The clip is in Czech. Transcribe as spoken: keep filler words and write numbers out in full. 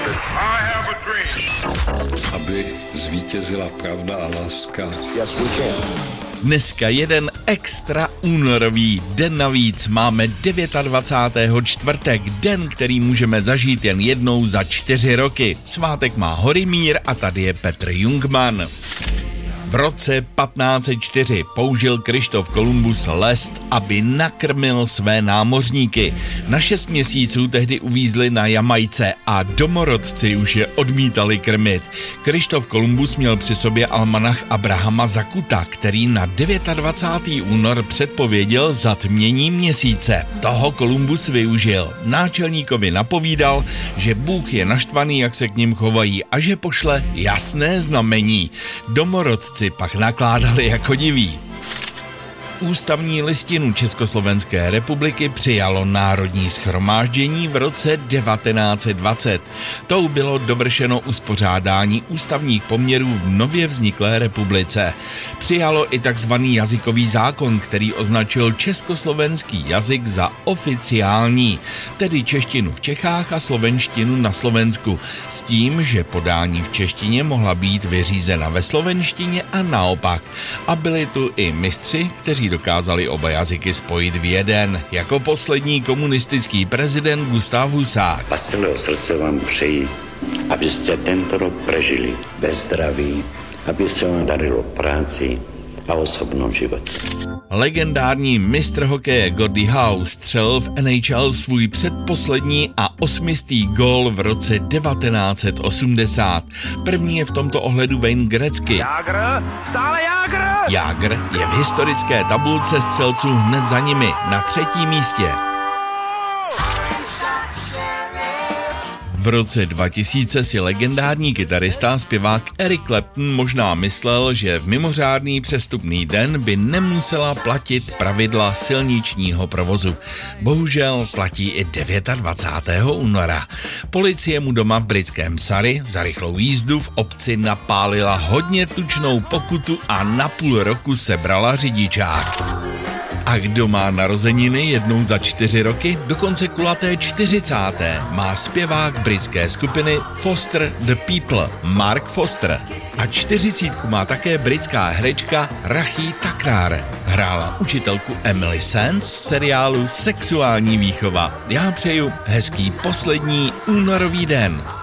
Aby zvítězila pravda a láska. Yes, we can. Dneska jeden extra únorový den navíc. Máme dvacátého devátého čtvrtek, den, který můžeme zažít jen jednou za čtyři roky. Svátek má Horimír a tady je Petr Jungmann. V roce patnáct set čtyři použil Kryštof Kolumbus lest, aby nakrmil své námořníky. Na šest měsíců tehdy uvízli na Jamajce a domorodci už je odmítali krmit. Kryštof Kolumbus měl při sobě almanach Abrahama Zakuta, který na dvacátého devátého únor předpověděl zatmění měsíce. Toho Kolumbus využil. Náčelníkovi napovídal, že Bůh je naštvaný, jak se k ním chovají a že pošle jasné znamení. Domorodci pak nakládali jako diví. Ústavní listinu Československé republiky přijalo Národní shromáždění v roce devatenáct set dvacet. Tou bylo dovršeno uspořádání ústavních poměrů v nově vzniklé republice. Přijalo i takzvaný jazykový zákon, který označil československý jazyk za oficiální, tedy češtinu v Čechách a slovenštinu na Slovensku, s tím, že podání v češtině mohla být vyřízena ve slovenštině a naopak. A byli tu i mistři, kteří dokázali oba jazyky spojit v jeden, jako poslední komunistický prezident Gustav Husák. A z celého srdce vám přeji, abyste tento rok prežili bez zdraví, aby se vám darilo práci a osobnom životě. Legendární mistr hokeje Gordie Howe střelil v N H L svůj předposlední a osmistý gól v roce devatenáct set osmdesát. První je v tomto ohledu Wayne Gretzky. Jágr, stále Jágr! Jágr je v historické tabulce střelců hned za nimi, na třetím místě. V roce dva tisíce si legendární kytarista a zpěvák Eric Clapton možná myslel, že v mimořádný přestupný den by nemusela platit pravidla silničního provozu. Bohužel platí i dvacátého devátého února. Policie mu doma v britském Surrey za rychlou jízdu v obci napálila hodně tučnou pokutu a na půl roku sebrala řidičák. A kdo má narozeniny jednou za čtyři roky, dokonce kulaté čtyřicáté, má zpěvák britské skupiny Foster the People, Mark Foster. A čtyřicítku má také britská herečka Rachie Takraar. Hrála učitelku Emily Sands v seriálu Sexuální výchova. Já přeju hezký poslední únorový den.